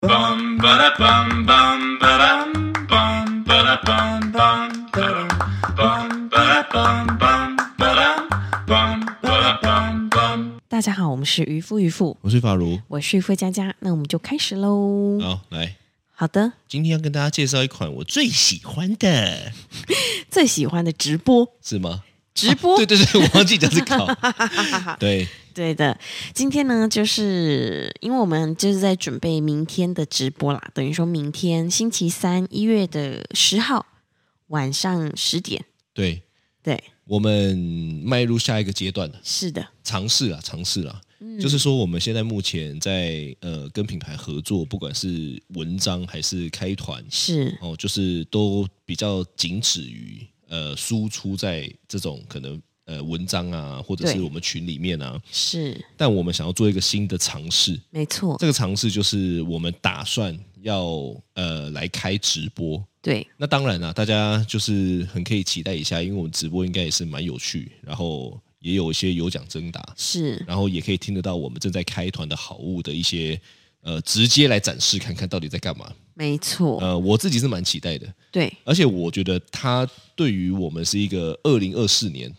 bum ba da bum bum ba dum bum ba da bum bum ba dum bum ba da bum bum ba dum bum ba da bum bum。 大家好，我们是渔夫渔妇， 我是法如。 我是渔夫佳佳，那我们就开始喽。 好，来， 好的， 今天要跟大家介绍一款我最喜欢的， 最喜欢的直播， 是吗？ 直播， 对对对，我忘记讲这个。对， 对的，今天呢，就是因为我们就是在准备明天的直播啦，等于说明天星期三1月10号晚上10点， 对， 对， 我们迈入下一个阶段了， 是的， 尝试啦，就是说我们现在目前在跟品牌合作，不管是文章还是开团， 是哦，就是都比较仅止于输出在这种可能文章啊，或者是对我们群里面啊， 是， 但我们想要做一个新的尝试。 没错， 这个尝试就是我们打算要来开直播。 对， 那当然啦，大家就是很可以期待一下，因为我们直播应该也是蛮有趣，然后也有一些有奖征答， 是， 然后也可以听得到我们正在开团的好物的一些直接来展示看看到底在干嘛。 没错， 我自己是蛮期待的， 对， 而且我觉得它对于我们是一个2024年、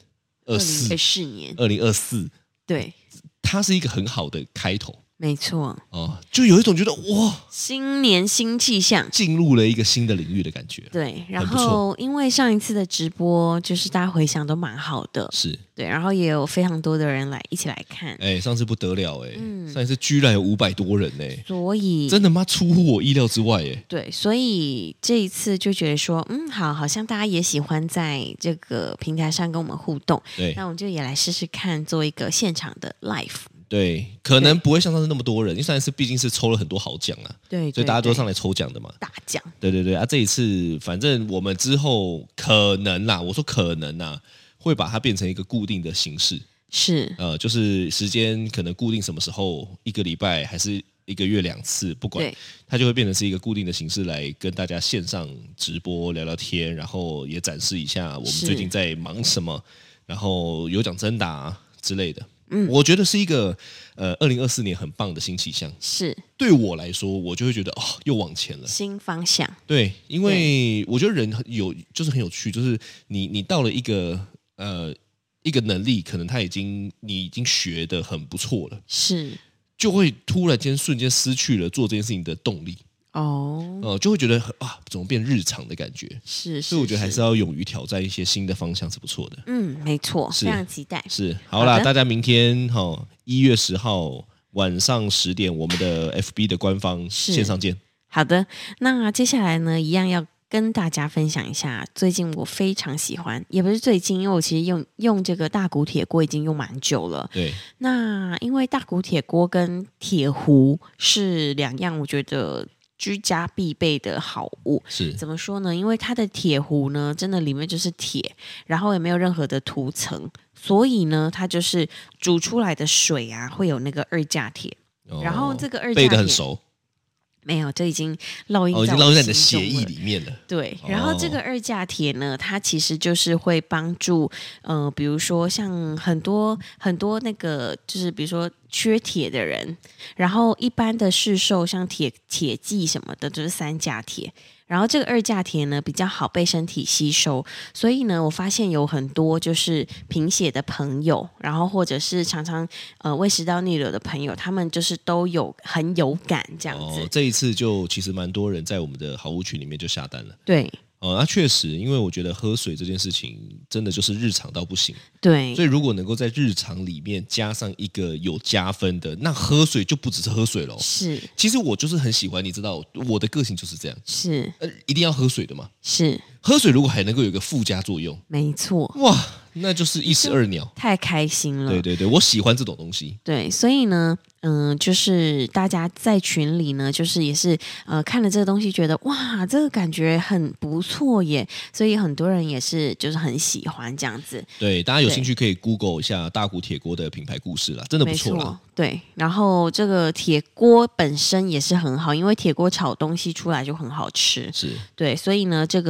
2024年， 2024， 对， 它是一个很好的开头没错， 哦，就有一种觉得哇， 新年新气象。 进入了一个新的领域的感觉。 对，然很不错后因为上一次的直播，就是大家回响都蛮好的， 是， 对，然后也有非常多的人一起来看， 哎，上次不得了哎，上一次居然有500多人哎， 所以真的妈出乎我意料之外哎。 对，所以这一次就觉得说，好像大家也喜欢在这个平台上跟我们互动， 对那我们就也来试试看，做一个现场的 live， 对，可能不会像上次那么多人，因为上一次毕竟是抽了很多好奖啊， 对， 所以大家都对上来抽奖的嘛。 大奖， 对对对啊，这一次反正我们之后可能啦，我说可能啦，会把它变成一个固定的形式， 是就是时间可能固定什么时候，一个礼拜还是1个月2次，不管对， 它就会变成是一个固定的形式来跟大家线上直播聊聊天，然后也展示一下我们是最近在忙什么，然后有奖征答之类的。我觉得是一个2024年很棒的新气象。 是对我来说，我就会觉得哦，又往前了。 新方向， 对，因为我觉得人就是很有趣，就是你到了一个能力，可能你已经学得很不错了， 是就会突然间瞬间失去了做这件事情的动力， 哦， 就会觉得怎么变日常的感觉。 是， 所以我觉得还是要勇于挑战一些新的方向是不错的。 没错， 是非常期待， 是，好啦， 好的大家明天1月10号晚上10点，我们的 FB 的官方是线上见。 好的，那接下来呢，一样要跟大家分享一下，最近我非常喜欢，也不是最近，因为我其实用这个大骨铁锅已经用蛮久了。 对， 那因为大骨铁锅跟铁壶是2样，我觉得居家必备的好物。 是怎么说呢？因为它的铁壶呢，真的里面就是铁，然后也没有任何的涂层，所以呢，它就是煮出来的水啊，会有那个2价铁。然后这个2价铁背得很熟， 没有，这已经烙印已经在我烙在你的心中了血液里面了。 对，然后这个2价铁呢，它其实就是会帮助，比如说像很多那个，就是比如说缺铁的人，然后一般的市售像铁剂什么的，就是3价铁。然后这个2价铁呢比较好被身体吸收，所以呢，我发现有很多就是贫血的朋友，然后或者是常常胃食道逆流的朋友，他们就是都很有感这样子。 这一次就其实蛮多人在我们的好物群里面就下单了。 对那确实，因为我觉得喝水这件事情真的就是日常到不行， 对， 所以如果能够在日常里面加上一个有加分的，那喝水就不只是喝水喽。 是其实我就是很喜欢，你知道我的个性就是这样， 是一定要喝水的嘛。 是， 喝水如果还能够有一个附加作用， 没错。 哇，那就是一石二鸟。 太开心了， 对对对，我喜欢这种东西。 对，所以呢，就是大家在群里呢，就是也是看了这个东西，觉得哇，这个感觉很不错耶，所以很多人也是就是很喜欢这样子。 对，大家有兴趣可以 Google 一下大骨铁锅的品牌故事啦，真的不错啦。 对，然后这个铁锅本身也是很好，因为铁锅炒东西出来就很好吃。 是， 对，所以呢，这个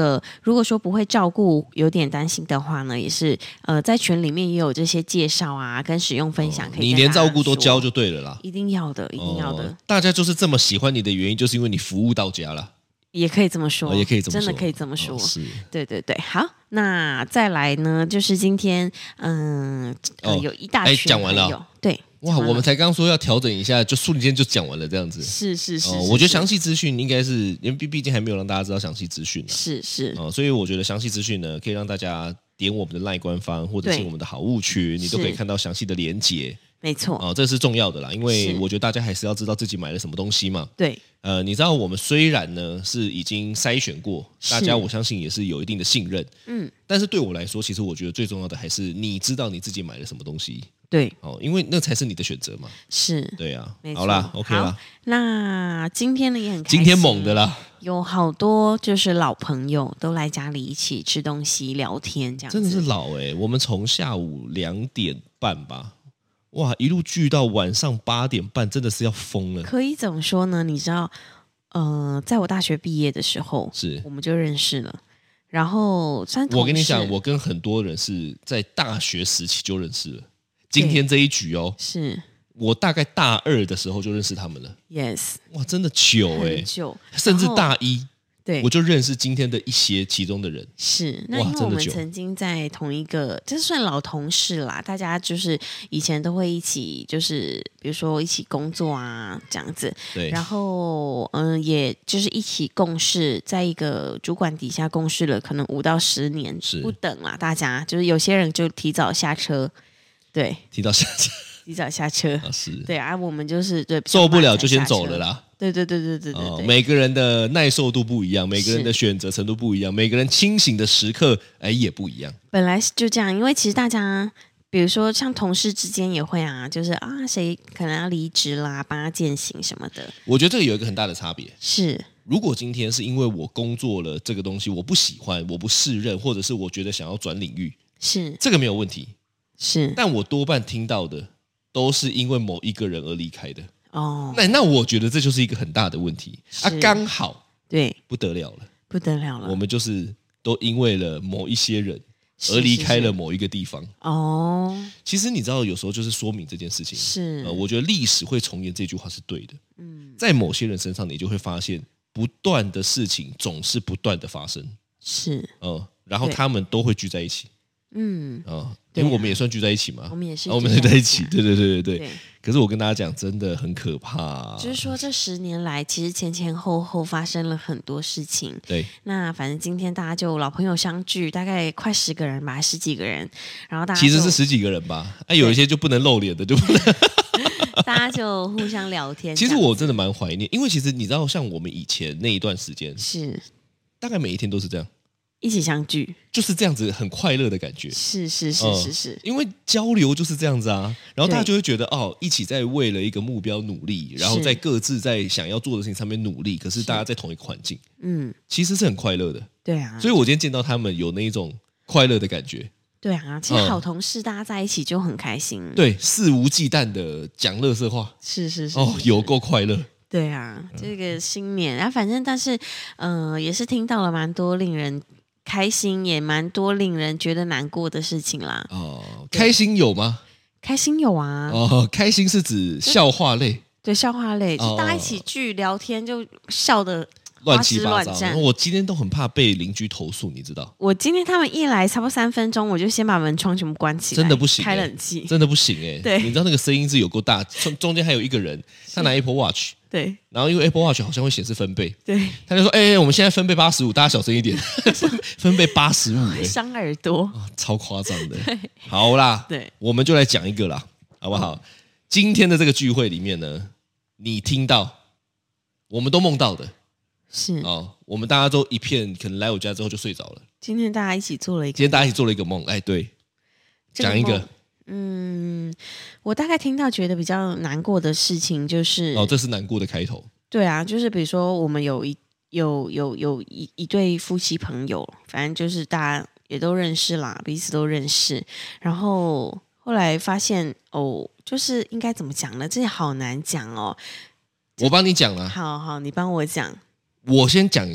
如果说不会照顾，有点担心的话呢，也是在群里面也有这些介绍啊，跟使用分享，可以你跟大家连照顾都说教就对了啦。 一定要的，一定要的， 大家就是这么喜欢你的原因，就是因为你服务到家了。 也可以这么说， 也可以这么说， 真的可以这么说。 是， 对对对。好，那再来呢，就是今天有一大群讲完了朋友，对。 哇，我们才刚说要调整一下，就瞬间就讲完了这样子。 是是是， 我觉得详细资讯应该是，因为毕竟还没有让大家知道详细资讯呢。 是所以我觉得详细资讯呢，可以让大家点我们的赖官方，或者是我们的好物群，你都可以看到详细的连结。 没错， 这是重要的啦，因为我觉得大家还是要知道自己买了什么东西嘛。 对， 你知道我们虽然呢是已经筛选过，大家我相信也是有一定的信任，但是对我来说，其实我觉得最重要的还是你知道你自己买了什么东西。 对， 因为那才是你的选择嘛。 是， 对啊， 好啦 ，OK 啦。 那今天呢也很开心， 今天猛的啦， 有好多就是老朋友都来家里一起吃东西、聊天，这样子真的是老我们从下午2点半吧。哇，一路聚到晚上8点半，真的是要疯了。 可以怎么说呢？你知道，在我大学毕业的时候，我们就认识了。然后，我跟你讲，我跟很多人是在大学时期就认识了。今天这一局是我大概大2的时候就认识他们了。 Yes， 哇，真的久很久， 甚至大1。 对， 我就认识今天的一些其中的人。 是，那因为我们曾经在同一个，这算老同事啦，大家就是以前都会一起，就是比如说一起工作啊这样子。 对， 然后也就是一起共事，在一个主管底下共事了，可能5到10年不等啦。大家就是有些人就提早下车，对， 提早下车。是， 对啊，我们就是对受不了就先走了啦。 对， 每个人的耐受度不一样，每个人的选择程度不一样，每个人清醒的时刻也不一样。 本来就这样，因为其实大家，比如说像同事之间也会啊，就是谁可能要离职啦，帮他践行什么的。 我觉得这个有一个很大的差别是， 如果今天是因为我工作了这个东西我不喜欢，我不适任，或者是我觉得想要转领域， 是这个没有问题。 是， 但我多半听到的都是因为某一个人而离开的。那我觉得这就是一个很大的问题刚好对不得了了， 不得了了， 我们就是都因为了某一些人而离开了某一个地方。其实你知道有时候就是说明这件事情是我觉得历史会重演这句话是对的。在某些人身上你就会发现不断的事情总是不断的发生， 是然后他们都会聚在一起。因为我们也算聚在一起嘛， 我们也是我们聚在一起，对。可是我跟大家讲，真的很可怕。 就是说，这10年来，其实前后发生了很多事情。 对， 那反正今天大家就老朋友相聚，大概快10个人吧，10几个人，然后大家其实是10几个人吧，有一些就不能露脸的，就不能。 大家就互相聊天。 其实我真的蛮怀念，因为其实你知道，像我们以前那一段时间， 是大概每一天都是这样。 一起相聚， 就是这样子很快乐的感觉。 是， 因为交流就是这样子啊，然后大家就会觉得一起在为了一个目标努力，然后在各自在想要做的事情上面努力，可是大家在同一个环境，其实是很快乐的。 对啊， 所以我今天见到他们有那一种快乐的感觉。 对啊，其实好同事大家在一起就很开心。 对，肆无忌惮的讲垃圾话， 是有够快乐。 对啊，这个新年反正但是也是听到了蛮多令人开心，也蛮多令人觉得难过的事情啦。 开心有吗？ 开心有啊。 开心是指笑话类。 对，笑话类，就大家一起聚聊天，就笑得乱七八糟。 乱我今天都很怕被邻居投诉，你知道？ 我今天他们一来，差不多3分钟，我就先把门窗全部关起来， 真的不行， 开冷气， 真的不行对， 你知道那个声音是有够大，中间还有一个人，他拿 Apple Watch。 对， 然后因为 Apple Watch 好像会显示分贝， 对， 他就说：“我们现在分贝85，大家小声一点。”分贝85， 伤耳朵， 超夸张的。好啦， 对， 我们就来讲一个啦，好不好？今天的这个聚会里面呢，你听到，我们都梦到的， 是我们大家都一片，可能来我家之后就睡着了。 今天大家一起做了一个， 今天大家一起做了一个梦，对，讲一个。 我大概听到觉得比较难过的事情就是这是难过的开头。 对啊，就是比如说我们有一对夫妻朋友，反正就是大家也都认识啦，彼此都认识，然后后来发现就是应该怎么讲呢？这好难讲哦。 我帮你讲了。 好，你帮我讲。 我先讲一下，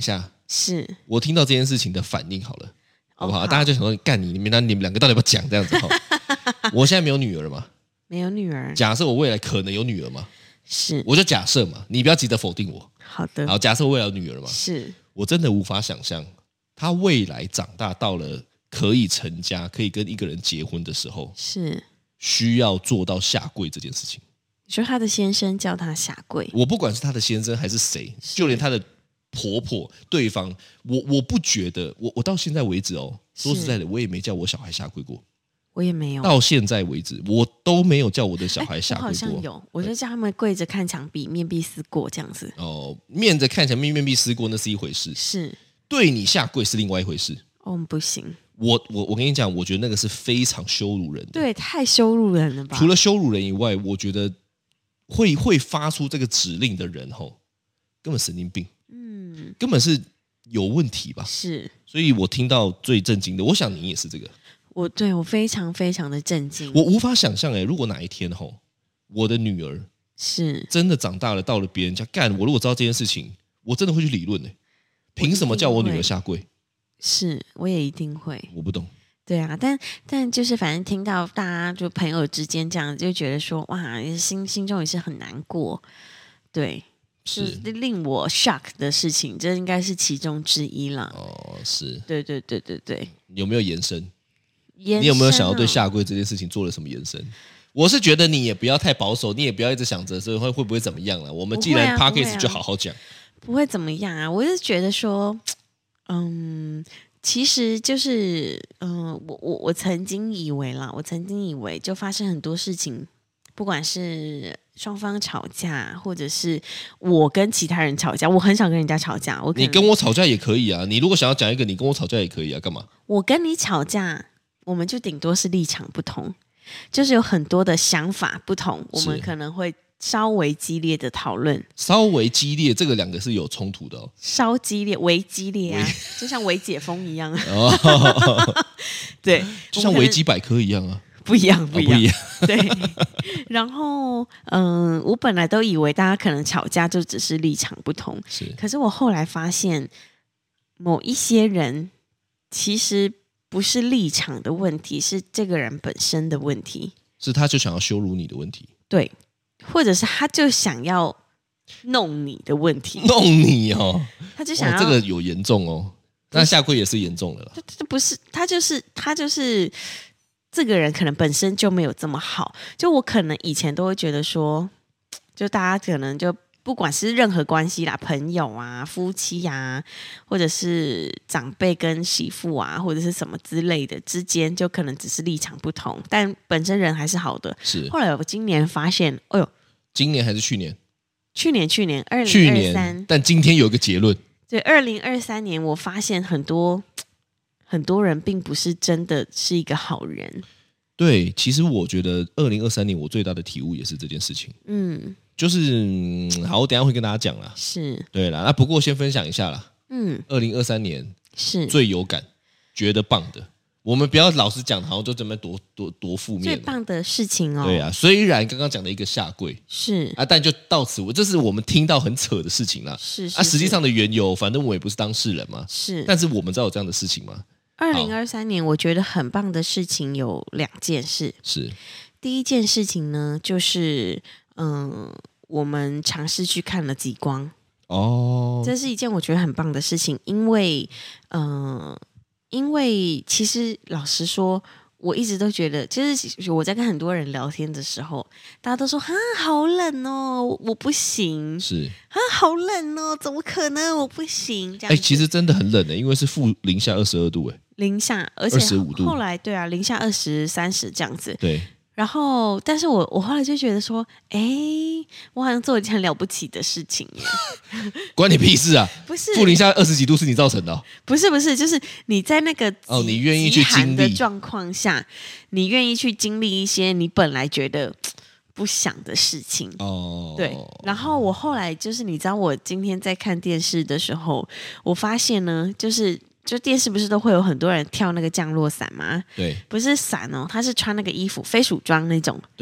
是我听到这件事情的反应好了，好不好？ 好大家就想说，干你们两个到底要不要讲这样子？我现在没有女儿嘛， 没有女儿， 假设我未来可能有女儿嘛， 是我就假设嘛，你不要急着否定我。 好的， 好，假设我未来有女儿嘛， 是我真的无法想象，她未来长大到了可以成家、可以跟一个人结婚的时候， 是。 需要做到下跪这件事情。 你说他的先生叫他下跪， 我不管是她的先生还是谁，就连她的婆婆对方，我不觉得，我到现在为止哦，说实在的，我也没叫我小孩下跪过。 我也没有， 到现在为止，我都没有叫我的小孩下跪过。 我好像有，我就叫他们跪着看墙壁，面壁思过这样子。 哦，面着看起来面壁思过那是一回事， 是对你下跪是另外一回事。 哦，不行， 我跟你讲，我觉得那个是非常羞辱人的。 对，太羞辱人了吧？ 除了羞辱人以外，我觉得会发出这个指令的人吼，根本神经病，根本是有问题吧？ 是， 所以我听到最震惊的，我想你也是这个。 我非常非常的震惊， 我无法想象如果哪一天吼，我的女儿是真的长大了，到了别人家干，我如果知道这件事情，我真的会去理论凭什么叫我女儿下跪？ 是，我也一定会。 我不懂。 对啊，但就是反正听到大家就朋友之间这样，就觉得说哇，心中也是很难过。对，是令我 shock 的事情，这应该是其中之一了。 哦，是， 对， 有没有延伸？ 你有没有想要对下跪这件事情做了什么延伸？我是觉得你也不要太保守，你也不要一直想着说会不会怎么样了。我们既然 podcast 就好好讲， 不会怎么样啊。我是觉得说，其实就是，我曾经以为就发生很多事情，不管是双方吵架，或者是我跟其他人吵架，我很少跟人家吵架。 你跟我吵架也可以啊，你如果想要讲一个，你跟我吵架也可以啊，干嘛？ 我跟你吵架，我们就顶多是立场不同，就是有很多的想法不同，我们可能会稍微激烈的讨论。 稍微激烈，这个两个是有冲突的哦。 稍激烈，微激烈啊，就像微解封一样。对， 就像维基百科一样啊。 不一样。对，然后我本来都以为大家可能吵架就只是立场不同，可是我后来发现，某一些人其实不是立场的问题，是这个人本身的问题， 是他就想要羞辱你的问题，对， 或者是他就想要弄你的问题， 弄你哦， 他就想要这个有严重哦，那下跪也是严重的了。 这不是他就是这个人可能本身就没有这么好，就我可能以前都会觉得说，就大家可能就不管是任何关系啦，朋友啊、夫妻啊，或者是长辈跟媳妇啊，或者是什么之类的之间，就可能只是立场不同，但本身人还是好的。 是。 后来我今年发现，哎呦， 今年还是去年？ 去年2023， 但今天有一个结论。 对，2023年我发现很多人并不是真的是一个好人。 对，其实我觉得2023年我最大的体悟也是这件事情。就是好，我等一下会跟大家讲啦。 是， 对啦，那不过先分享一下啦。2023年是最有感、觉得棒的。我们不要老是讲，好像就这么多负面。 最棒的事情哦。 对啊，虽然刚刚讲的一个下跪是啊，但就到此，这是我们听到很扯的事情啦。 是啊，实际上的缘由，反正我也不是当事人嘛。 是， 但是我们知道有这样的事情吗 ？2023年我觉得很棒的事情有2件事。 是， 第一件事情呢，就是我们尝试去看了极光。哦，这是一件我觉得很棒的事情，因为其实老实说，我一直都觉得，就是我在跟很多人聊天的时候，大家都说好冷哦，我不行。是好冷哦，怎么可能我不行？ 其实真的很冷的，因为是零下22度零下，而且 25度。 后来对啊，零下20、30这样子。 对。 然后，但是我后来就觉得说，我好像做了一件很了不起的事情耶。 关你屁事啊！ 不是， 负零下20几度是你造成的不是，就是你在那个你愿意去经历的状况下，你愿意去经历一些你本来觉得不想的事情。对。然后我后来就是，你知道，我今天在看电视的时候，我发现呢，就电视不是都会有很多人跳那个降落伞吗？ 对， 不是伞哦，他是穿那个衣服，飞鼠装那种。 对。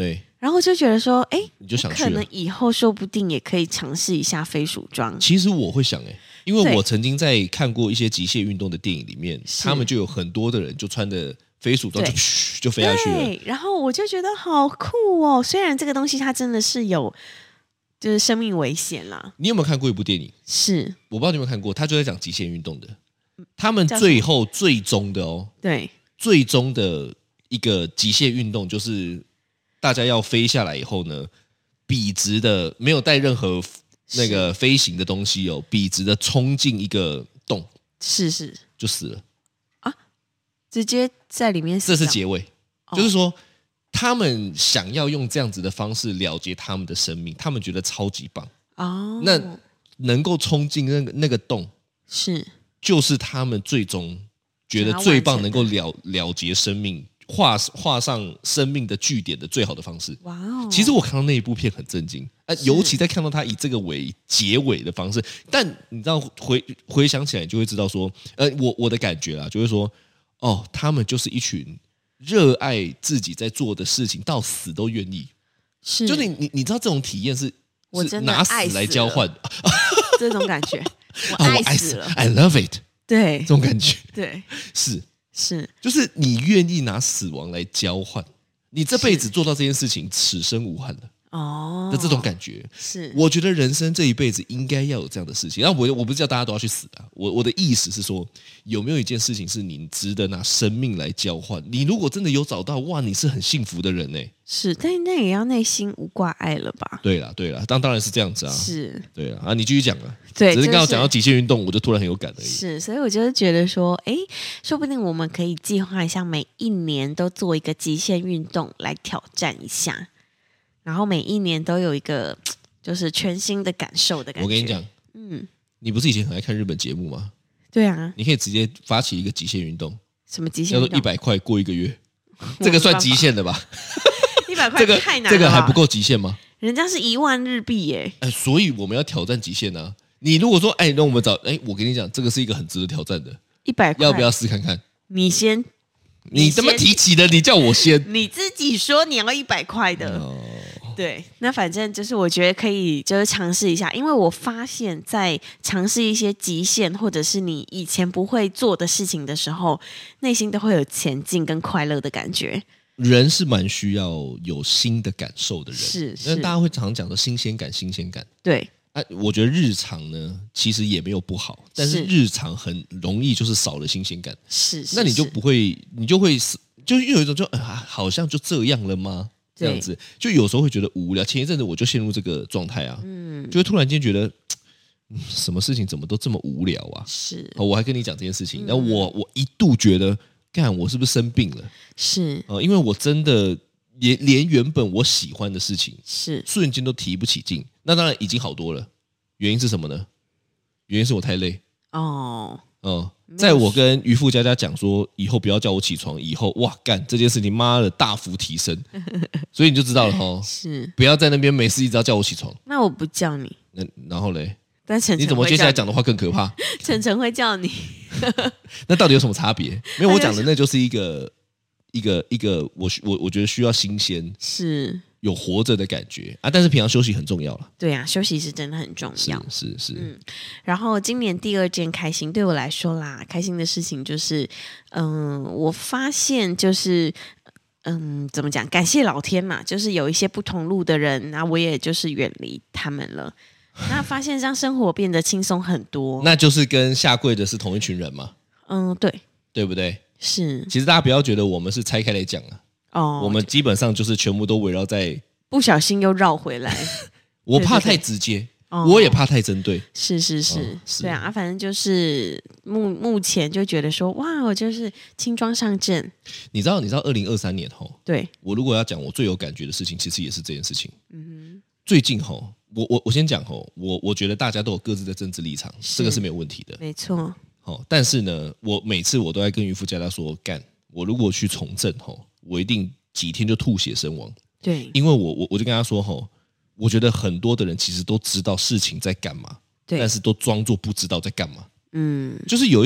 然后我就觉得说，哎， 你就想去了可能以后说不定也可以尝试一下飞鼠装。 其实我会想因为对我曾经在看过一些极限运动的电影里面， 是他们就有很多的人就穿的飞鼠装对就飞下去了。 对，然后我就觉得好酷哦。虽然这个东西它真的是有就是生命危险啦， 你有没有看过一部电影？ 是我不知道你有没有看过，他就在讲极限运动的。他们叫什么最后最终的对最终的一个极限运动就是大家要飞下来以后呢，笔直的没有带任何那个飞行的东西笔直的冲进一个洞， 是就死了。 直接在里面死掉。 这是结尾，就是说他们想要用这样子的方式了结他们的生命，他们觉得超级棒。 哦， 那能够冲进那个洞， 是就是他们最终觉得最棒，能够了结生命，画上生命的句点的最好的方式。 哇哦！ 其实我看到那一部片很震惊，尤其在看到他以这个为结尾的方式，但你知道回想起来，就会知道说，我的感觉啦，就会说，哦，他们就是一群热爱自己在做的事情，到死都愿意。 是， 就你知道这种体验是我真的拿死来交换这种感觉，我我爱死了。 I love it， 对， 这种感觉对，是就是你愿意拿死亡来交换，你这辈子做到这件事情，此生无憾了。 哦的这种感觉， 是我觉得人生这一辈子应该要有这样的事情。然后我不是叫大家都要去死啊，我的意思是说，有没有一件事情是你值得拿生命来交换？你如果真的有找到，哇，你是很幸福的人呢。 是，但那也要内心无挂碍了吧？ 对啦，当然是这样子啊。 是， 对啊，你继续讲啊。 对， 只是刚刚讲到就是极限运动，我就突然很有感而已。 是，所以我就是觉得说，哎，说不定我们可以计划一下，每一年都做一个极限运动来挑战一下，然后每一年都有一个就是全新的感受的感觉。 我跟你讲，你不是以前很爱看日本节目吗？ 对啊， 你可以直接发起一个极限运动， 什么极限叫做运动 100块过一个月，这个算极限的吧？ 100块这个太难了吧， 这个还不够极限吗？ 人家是10000日币耶。 所以我们要挑战极限啊！你如果说，那我们我跟你讲，这个是一个很值得挑战的， 100块要不要试看看？ 你先， 你他妈提起的，你叫我先。 你自己说你要100块的。对，那反正就是我觉得可以，就是尝试一下，因为我发现，在尝试一些极限或者是你以前不会做的事情的时候，内心都会有前进跟快乐的感觉。 人是蛮需要有新的感受的人， 是因为大家会常讲的新鲜感，新鲜感。 对， 我觉得日常呢，其实也没有不好，但是日常很容易就是少了新鲜感。 是， 那你就不会，你就会就有一种好像就这样了吗？这样子，就有时候会觉得无聊。前一阵子我就陷入这个状态啊，就会突然间觉得，什么事情怎么都这么无聊啊？ 是， 我还跟你讲这件事情，然后我一度觉得，干，我是不是生病了？ 是， 因为我真的连原本我喜欢的事情， 是瞬间都提不起劲。那当然已经好多了，原因是什么呢？原因是我太累。 哦。 在我跟渔夫佳佳讲说以后不要叫我起床以后，哇干这件事情妈的大幅提升，所以你就知道了齁， 是不要在那边没事一直要叫我起床。 那我不叫你， 然后嘞， 但晨你怎么接下来讲的话更可怕？ 晨晨会叫你。 那到底有什么差别？没有，我讲的那就是一个我觉得需要新鲜， 是有活着的感觉啊。但是平常休息很重要了。 对啊，休息是真的很重要。 是。 然后今年第2件开心，对我来说啦，开心的事情就是，我发现就是，怎么讲？感谢老天嘛，就是有一些不同路的人，那我也就是远离他们了。那发现让生活变得轻松很多。 那就是跟下跪的是同一群人嘛？对不对？ 是。 其实大家不要觉得我们是拆开来讲啊，我们基本上就是全部都围绕在， 不小心又绕回来。 我怕太直接，我也怕太针对。 是，对啊，反正就是目前就觉得说，哇，我就是轻装上阵。 你知道2023年对， 我如果要讲我最有感觉的事情，其实也是这件事情。最近我先讲我觉得大家都有各自的政治立场，这个是没有问题的， 没错。 但是呢，我每次我都在跟渔夫佳佳说，干，我如果去从政我一定几天就吐血身亡。 对， 因为我就跟他说我觉得很多的人其实都知道事情在干嘛，但是都装作不知道在干嘛。就是有一种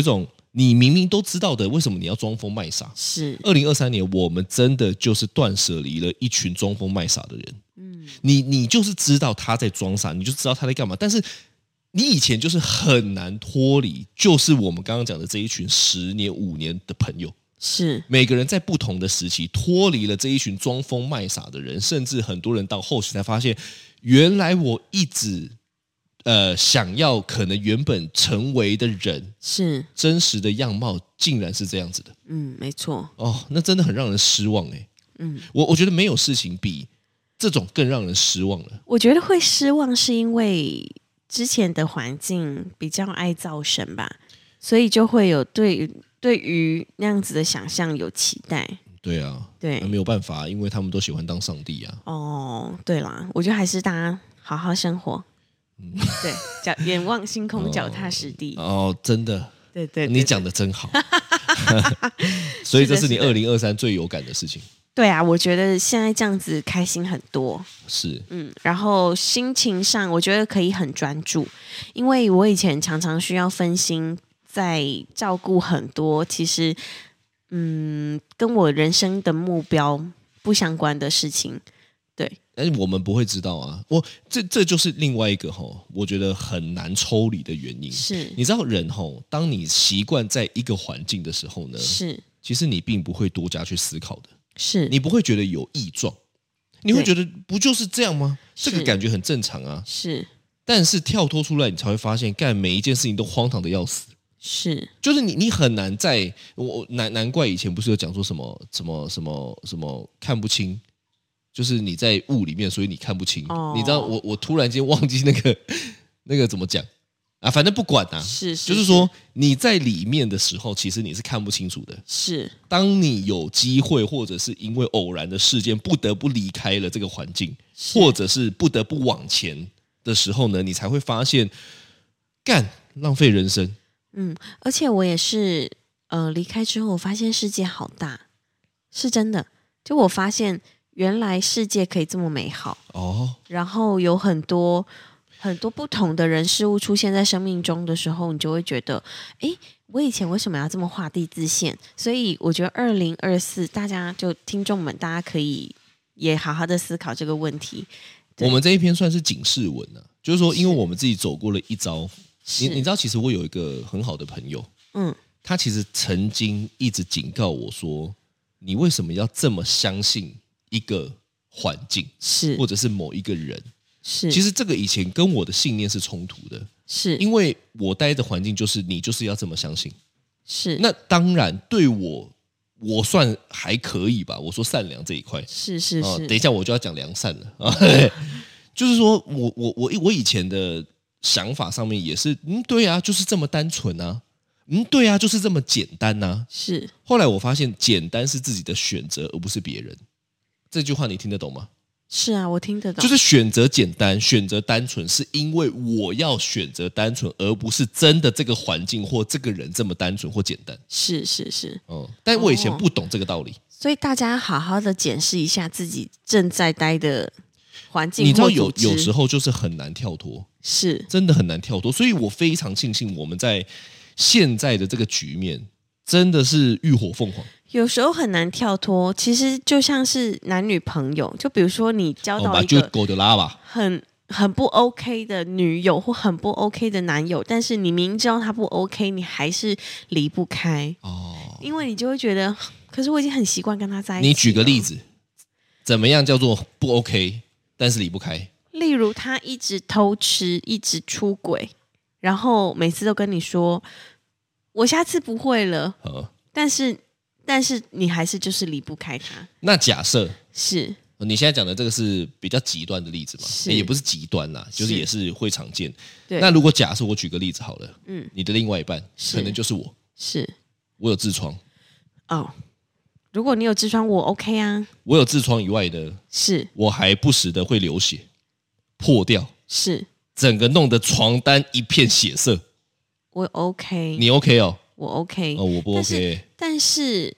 你明明都知道的，为什么你要装疯卖傻？ 是 2023年，我们真的就是断舍离了一群装疯卖傻的人。你就是知道他在装傻，你就知道他在干嘛，但是你以前就是很难脱离，就是我们刚刚讲的这一群10年、5年的朋友。 是， 每个人在不同的时期脱离了这一群装疯卖傻的人，甚至很多人到后期才发现，原来我一直想要可能原本成为的人是真实的样貌，竟然是这样子的。 没错。 哦，那真的很让人失望哎。我觉得没有事情比这种更让人失望了。 我觉得会失望是因为之前的环境比较爱造神吧，所以就会有对于那样子的想象有期待。 对啊， 对， 那没有办法，因为他们都喜欢当上帝啊。 哦，对啦，我觉得还是大家好好生活。对，远望星空，脚踏实地。 哦，真的， 对， 你讲的真好。所以这是你是的 2023最有感的事情。 对啊，我觉得现在这样子开心很多。 是， 然后心情上我觉得可以很专注，因为我以前常常需要分心，在照顾很多其实跟我人生的目标不相关的事情。对， 但是我们不会知道啊。这就是另外一个我觉得很难抽离的原因。 是， 你知道人当你习惯在一个环境的时候呢， 是， 其实你并不会多加去思考的。 是你不会觉得有异状，你会觉得不就是这样吗？这个感觉很正常啊。 是， 但是跳脱出来，你才会发现，干每一件事情都荒唐的要死。 是， 就是你很难在难怪以前不是有讲说什么看不清，就是你在雾里面，所以你看不清。你知道我突然间忘记那个怎么讲啊？反正不管啊，就是说你在里面的时候，其实你是看不清楚的。 是， 当你有机会，或者是因为偶然的事件，不得不离开了这个环境，或者是不得不往前的时候呢，你才会发现，干浪费人生。 而且我也是，离开之后，我发现世界好大，是真的。就我发现，原来世界可以这么美好哦。然后有很多不同的人事物出现在生命中的时候，你就会觉得，诶，我以前为什么要这么画地自限？所以我觉得2024，大家就听众们，大家可以也好好的思考这个问题。 我们这一篇算是警示文啊，就是说，因为我们自己走过了一遭。你知道，其实我有一个很好的朋友，他其实曾经一直警告我说，你为什么要这么相信一个环境，或者是某一个人？是，其实这个以前跟我的信念是冲突的，是因为我待的环境就是你就是要这么相信。是，那当然对我算还可以吧，我说善良这一块，是，等一下我就要讲良善了啊，就是说我以前的想法上面也是，对啊，就是这么单纯啊，对啊，就是这么简单啊。是，后来我发现简单是自己的选择，而不是别人。这句话你听得懂吗？ 是啊，我听得懂。就是选择简单，选择单纯，是因为我要选择单纯，而不是真的这个环境或这个人这么单纯或简单。 是， 但我以前不懂这个道理。 所以大家好好的检视一下自己正在待的环境， 你知道有时候就是很难跳脱， 是真的很难跳脱。所以我非常庆幸我们在现在的这个局面真的是浴火凤凰。 有时候很难跳脱，其实就像是男女朋友，就比如说你交到一个很不 OK 的女友或很不 OK 的男友，但是你明知道他不 OK， 你还是离不开因为你就会觉得，可是我已经很习惯跟他在一起了。 你举个例子，怎么样叫做不 OK， 但是离不开？ 例如他一直偷吃，一直出轨，然后每次都跟你说我下次不会了，但是你还是就是离不开他。 那假设是你现在讲的这个是比较极端的例子嘛？也不是极端啦，就是也是会常见。那如果假设我举个例子好了，你的另外一半可能就是我，我有痔疮如果你有痔疮，我 OK 啊。 我有痔疮以外的，我还不时的会流血、破掉，整个弄得床单一片血色。 我 OK， 你 OK 哦？ 我 OK 我不 OK。 但是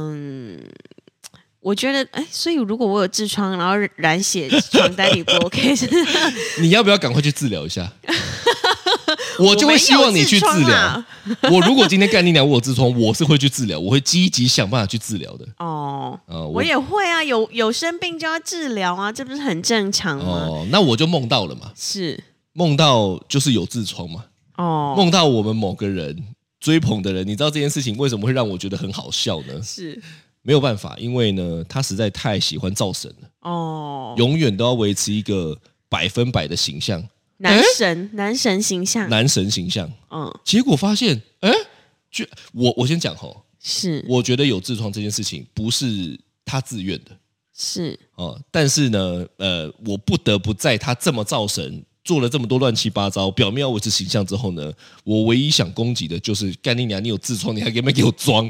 我觉得所以如果我有痔疮，然后染血床单你不 OK 你要不要赶快去治疗一下？ 我就会希望你去治疗我没有痔疮啊。 我如果今天干你娘，我有痔疮，我是会去治疗，我会积极想办法去治疗的。 哦， 我我也会啊，有生病就要治疗啊，这不是很正常吗？ 哦，那我就梦到了嘛， 是梦到就是有痔疮嘛， 哦， 梦到我们某个人追捧的人，你知道这件事情为什么会让我觉得很好笑呢？ 是没有办法，因为呢，他实在太喜欢造神了， 哦， 永远都要维持一个100%的形象， 男神形象， 男神形象。 嗯， 结果发现，我先讲吼， 是我觉得有痔疮这件事情不是他自愿的是哦，但是呢，我不得不在他这么造神，做了这么多乱七八糟，表面要维持形象之后呢，我唯一想攻击的就是干你娘，你有痔疮，你还给我装？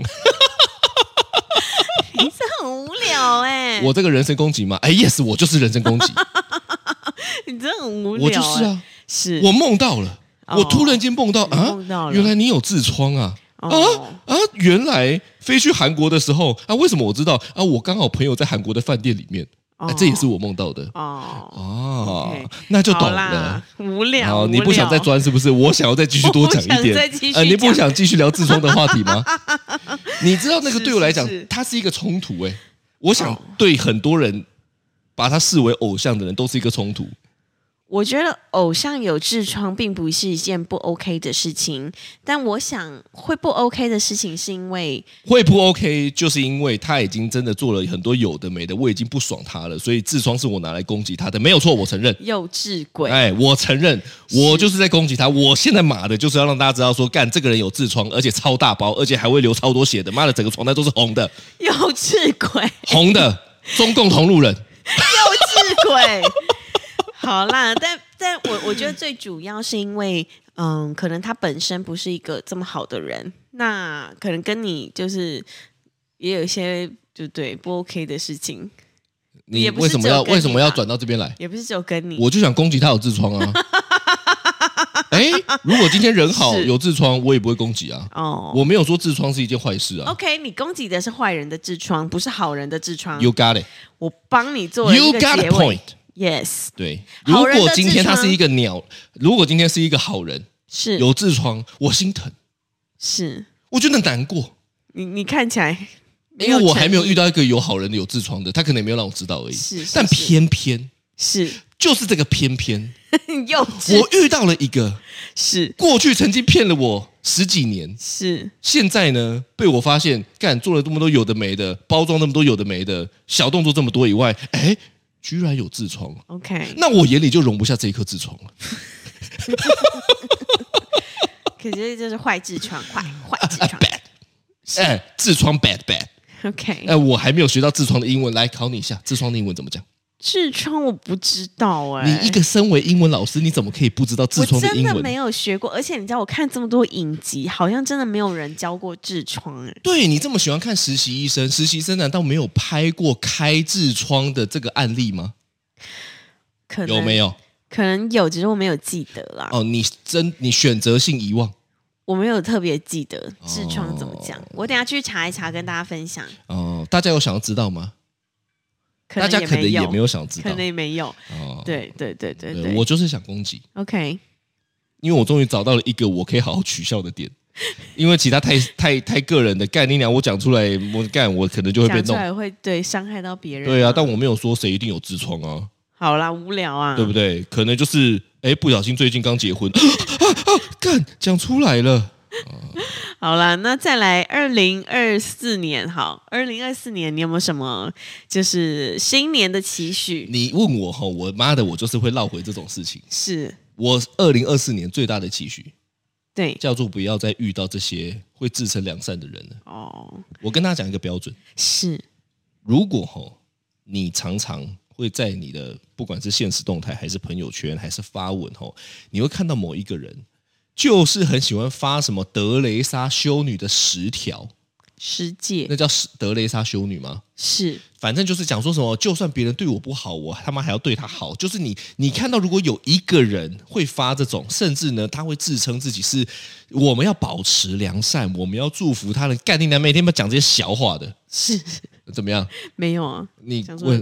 你这很无聊哎、 我这个人身攻击吗？yes， 我就是人身攻击， 你真的很无聊、 我就是啊， 是我梦到了， 哦我突然间梦到啊梦到，了原来你有痔疮啊。 哦原来飞去韩国的时候啊，为什么我知道啊？我刚好朋友在韩国的饭店里面，这也是我梦到的哦，OK 那就懂好了啦。无聊， 哦，你不想再钻是不是？我想要再继续多讲一我不想点再继续， 你不想继续聊痔疮的话题吗？你知道那个对我来讲是是， 它是一个冲突我想对很多人把他视为偶像的人都是一个冲突。 我觉得偶像有痔疮并不是一件不 OK 的事情，但我想会不 OK 的事情是因为会不 OK， 就是因为他已经真的做了很多有的没的，我已经不爽他了，所以痔疮是我拿来攻击他的，没有错，我承认。 幼稚鬼， 我承认，我就是在攻击他。我现在码的就是要让大家知道说，干这个人有痔疮，而且超大包，而且还会流超多血的。妈的，整个床单都是红的， 幼稚鬼， 红的，中共同路人。 幼稚鬼。好啦，但我觉得最主要是因为，可能他本身不是一个这么好的人，那可能跟你就是也有一些就对不 OK 的事情， 你也不为什么要是只有跟你吧转到这边来？ 也不是只有跟你， 我就想攻击他有痔疮啊。如果今天人好是有痔疮，我也不会攻击啊。 哦我没有说痔疮是一件坏事啊。 OK，你攻击的是坏人的痔疮，不是好人的痔疮。 You got it. 我帮你做了 You 这个 got 结 a 尾 point. Yes， 对，如好人的果今天他痔疮是一个鸟，如果今天是一个好人， 是有痔疮，我心疼， 是， 我觉得难过， 你看起来没因为我还没有诚意遇到一个有好人的有痔疮的，他可能也没有让我知道而已。但是是是偏偏是就是这个偏偏， 幼稚， 我遇到了一个是过去曾经骗了我10几年， 是现在呢被我发现，干做了这么多有的没的，包装那么多有的没的，小动作这么多以外，居然有痔疮， OK， 那我眼里就容不下这一颗痔疮了。 可是这是坏痔疮，坏痔疮。 bad，痔疮 bad bad。 OK， 我还没有学到痔疮的英文，来考你一下，痔疮的英文怎么讲？ 痔疮我不知道你一个身为英文老师，你怎么可以不知道痔我疮英文？ 真的没有学过，而且你知道，我看这么多影集，好像真的没有人教过痔疮对你这么喜欢看实习医生，实习生难道没有拍过开痔疮的这个案例吗？ 可能有没有？ 可能有，只是我没有记得啦。 哦，你选择性遗忘我没有特别记得痔疮怎么讲，我等一下去查一查，跟大家分享。 哦。大家有想要知道吗？ 可大家可能也没有， 有想知道可能也没有。 哦。 对， 我就是想攻击， OK， 因为我终于找到了一个我可以好好取笑的点。因为其他太个人的干你娘，我讲出来，我可能就会被弄。 讲出来会对伤害到别人。 对啊，但我没有说谁一定有痔疮啊。 好啦，无聊啊， 对不对？可能就是不小心最近刚结婚，干讲出来了。 好啦，那再来2024年，好，2024年你有没有什么就是新年的期许？ 你问我哈，我妈的，我就是会绕回这种事情。 是我2024年最大的期许对叫做不要再遇到这些会自称良善的人了。 哦， 我跟大家讲一个标准， 是如果你常常会在你的不管是现实动态还是朋友圈还是发文你会看到某一个人就是很喜欢发什么德蕾莎修女的10条， 十戒那叫德蕾莎修女吗？ 是反正就是讲说什么，就算别人对我不好，我他妈还要对他好。就是你看到，如果有一个人会发这种，甚至呢，他会自称自己是我们要保持良善，我们要祝福他人，干你娘，每天要讲这些小话的， 是怎么样？ 没有啊？ 你想说问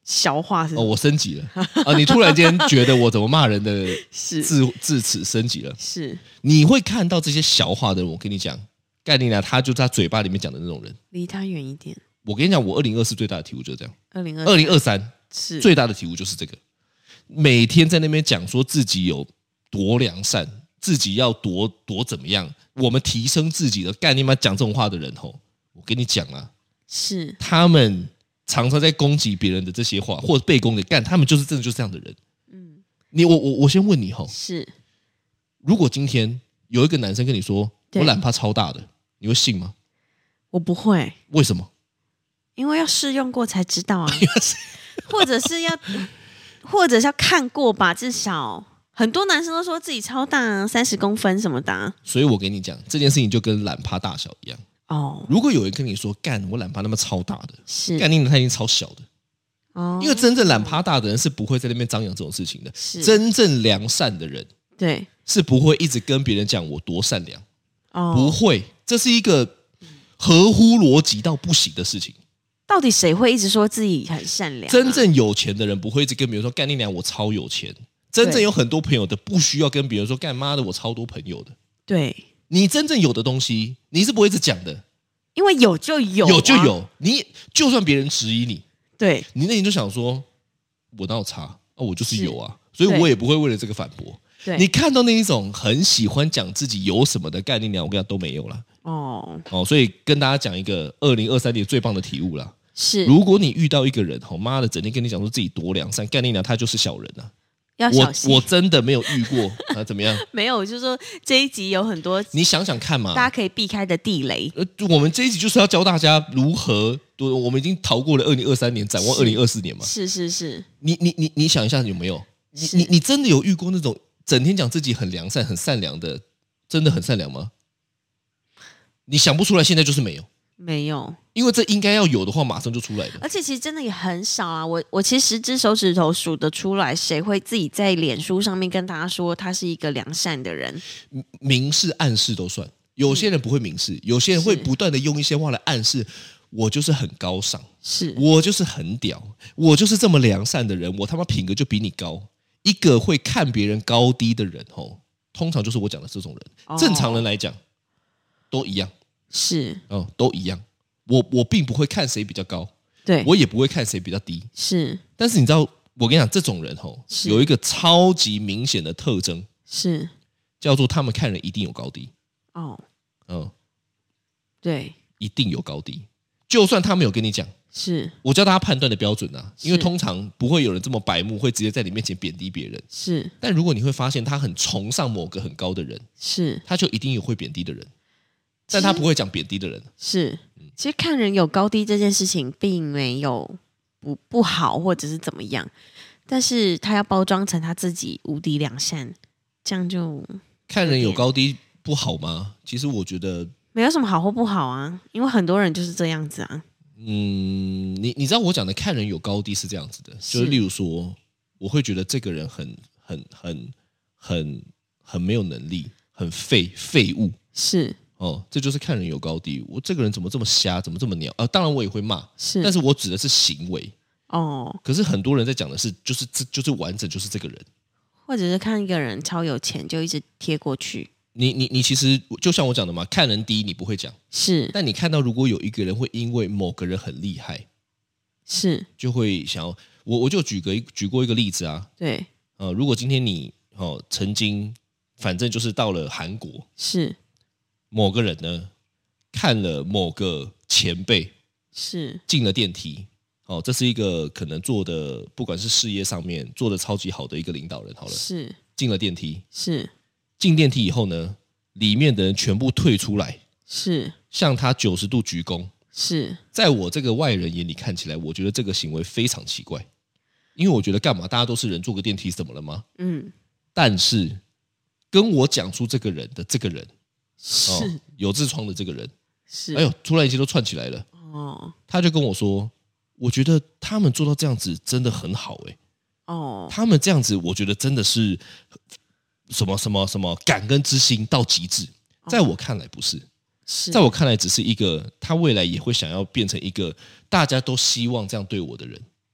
小话是什么？ 我升级了啊！你突然间觉得我怎么骂人的是字词升级了， 是你会看到这些小话的人，我跟你讲，概念啊，他就是他嘴巴里面讲的那种人。 离他远一点。 我跟你讲，我2024最大的体悟就是这样 2023 ，2023 是最大的体悟就是这个，每天在那边讲说自己有多良善，自己要多怎么样，我们提升自己的概念嘛，讲这种话的人吼，我跟你讲啊， 是他们常常在攻击别人的这些话，或者被攻击，他们就是真的就是这样的人。我先问你吼， 是， 如果今天有一个男生跟你说对我懒趴超大的，你会信吗？ 我不会， 为什么？ 因为要试用过才知道啊，或者是要看过吧，至少很多男生都说自己超大，30公分什么的啊。 所以我跟你讲，这件事情就跟懒趴大小一样。 哦， 如果有人跟你说干我懒趴那么超大的， 是干你他已经超小的。 哦， 因为真正懒趴大的人是不会在那边张扬这种事情的。 是真正良善的人对是不会一直跟别人讲我多善良， 哦， 不会，这是一个合乎逻辑到不行的事情。 到底谁会一直说自己很善良啊？ 真正有钱的人不会一直跟别人说干你娘我超有钱。真正有很多朋友的不需要跟别人说干妈的我超多朋友的。 对， 你真正有的东西你是不会一直讲的， 因为有就有啊， 有就有，你就算别人质疑你， 对你内心就想说我哪有差啊，我就是有啊，所以对我也不会为了这个反驳。 对， 你看到那一种很喜欢讲自己有什么的概念量，我跟你讲都没有了。所以跟大家讲一个2023年最棒的体悟啦。 是如果你遇到一个人，妈的，整天跟你讲说自己多良善，概念量他就是小人啊。 要小心。 我真的没有遇过啊，怎么样？ 没有，就是说这一集有很多你想想看嘛， 大家可以避开的地雷。 我们这一集就是要教大家如何，我们已经逃过了2023年，展望2024年嘛。 是， 你想一下有没有？你真的有遇过那种整天讲自己很良善、很善良的，真的很善良吗？你想不出来，现在就是没有。 没有， 因为这应该要有的话，马上就出来的。 而且其实真的也很少啊。我其实10只手指头数得出来，谁会自己在脸书上面跟大家说他是一个良善的人？ 明示暗示都算，有些人不会明示，有些人会不断的用一些话来暗示，我就是很高尚，我就是很屌，我就是这么良善的人，我他妈品格就比你高。一个会看别人高低的人，通常就是我讲的这种人。正常人来讲，都一样。是，都一样。我并不会看谁比较高，对，我也不会看谁比较低。是，但是你知道，我跟你讲，这种人有一个超级明显的特征，是叫做他们看人一定有高低。对，一定有高低。就算他没有跟你讲，是我教大家判断的标准啊，因为通常不会有人这么白目，会直接在你面前贬低别人。是，但如果你会发现他很崇尚某个很高的人，是，他就一定有会贬低的人。但他不会讲贬低的人。是，其实看人有高低这件事情并没有不好或者是怎么样，但是他要包装成他自己无敌良善，这样就看人有高低不好吗？其实我觉得没有什么好或不好啊，因为很多人就是这样子啊。你知道我讲的看人有高低是这样子的，就是例如说，我会觉得这个人很没有能力，很废物。是。这就是看人有高低。我这个人怎么这么瞎，怎么这么鸟？当然我也会骂，但是我指的是行为。可是很多人在讲的是，就是完整就是这个人，或者是看一个人超有钱就一直贴过去。你其实就像我讲的嘛，看人低你不会讲，是，但你看到如果有一个人会因为某个人很厉害，是，就会想要我就举过一个例子啊。对，如果今天你曾经反正就是到了韩国，是。某个人呢，看了某个前辈是进了电梯，这是一个可能做的不管是事业上面做的超级好的一个领导人，好了，是进了电梯，是进电梯以后呢，里面的人全部退出来，是向他90度鞠躬，是在我这个外人眼里看起来，我觉得这个行为非常奇怪，因为我觉得干嘛大家都是人，坐个电梯怎么了吗？但是跟我讲出这个人的这个人。是有痔疮的这个人，是哎呦，突然一切都串起来了。他就跟我说，我觉得他们做到这样子真的很好他们这样子，我觉得真的是什么感恩之心到极致。在我看来不是，在我看来只是一个他未来也会想要变成一个大家都希望这样对我的人。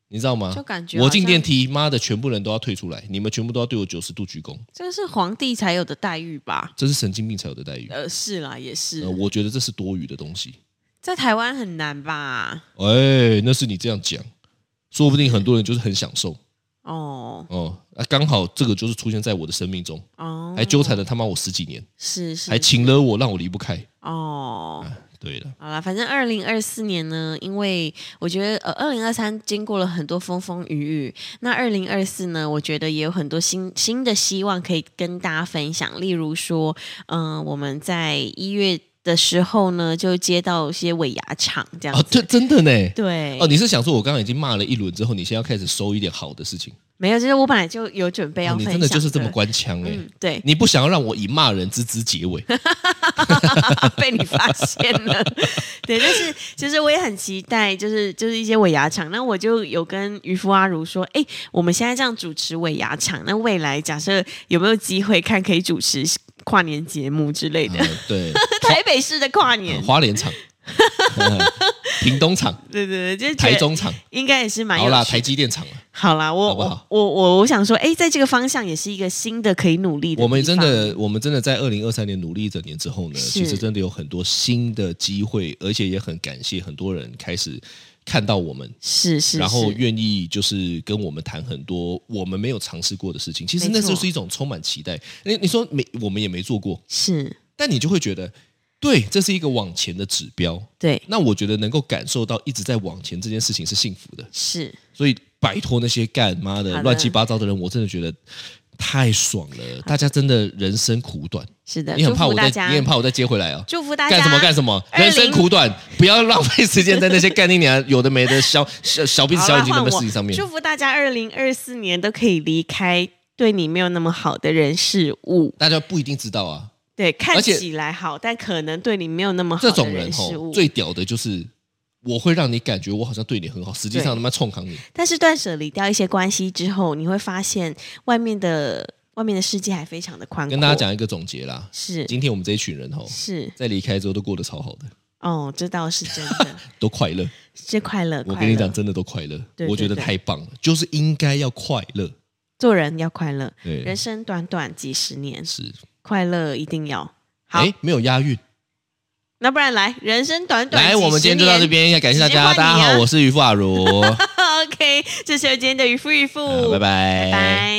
你知道吗？ 就感觉我进电梯，妈的，全部人都要退出来，你们全部都要对我90度鞠躬。 这是皇帝才有的待遇吧？ 这是神经病才有的待遇。 是啦，也是。 我觉得这是多余的东西。 在台湾很难吧？ 那是你这样讲，说不定很多人就是很享受。刚好这个就是出现在我的生命中，还纠缠了他妈我10几年， 是， 还请了我让我离不开。对了， 好了，反正2024年呢，因为我觉得2023经过了很多风风雨雨，那2024呢，我觉得也有很多新的希望可以跟大家分享。例如说，我们在1月的时候呢，就接到一些尾牙厂这样子。 这真的呢？ 对。 你是想说我刚刚已经骂了一轮之后，你现在要开始收一点好的事情？ 没有，就是我本来就有准备要分享你真的就是这么官腔对， 你不想要让我以骂人之姿结尾， 被你发现了。对，但是其实我也很期待，就是一些尾牙场。那我就有跟渔夫阿如说，我们现在这样主持尾牙场，那未来假设有没有机会看可以主持跨年节目之类的？ 对， 台北市的跨年， 花莲场。屏东厂， 对，就是台中厂， 应该也是蛮有趣的。 好啦，台积电厂了。 好啦，我想说，在这个方向也是一个新的可以努力的地方。 我们真的在2023年努力一整年之后呢，其实真的有很多新的机会，而且也很感谢很多人开始看到我们， 是， 然后愿意就是跟我们谈很多我们没有尝试过的事情。其实那就是一种充满期待。你说我们也没做过， 是， 但你就会觉得。对，这是一个往前的指标。 对， 那我觉得能够感受到一直在往前这件事情是幸福的。 是， 所以拜托那些干妈的乱七八糟的人，我真的觉得太爽了。大家真的人生苦短， 是的， 你很怕我再接回来啊？ 祝福大家干什么？人生苦短，不要浪费时间在那些干你娘有的没的小鼻子小眼睛的事情上面。 祝福大家2024年都可以离开对你没有那么好的人事物。 大家不一定知道啊。 对，看起来好，但可能对你没有那么好的人事物。这种人最屌的就是我会让你感觉我好像对你很好，实际上他妈冲扛你。 但是断舍离掉一些关系之后，你会发现外面的世界还非常的宽阔。 跟大家讲一个总结啦， 是今天我们这一群人是在离开之后都过得超好的。 这倒是真的， 都快乐， 是快乐。 我跟你讲，真的都快乐，我觉得太棒了，就是应该要快乐， 做人要快乐。 对， 人生短短几十年， 是快乐一定要。好， 没有押韵， 那不然来，人生短短几十年， 来，我们今天就到这边，感谢大家，大家好，我是渔夫阿如。 OK， 这是今天的渔夫， 拜拜， 拜拜。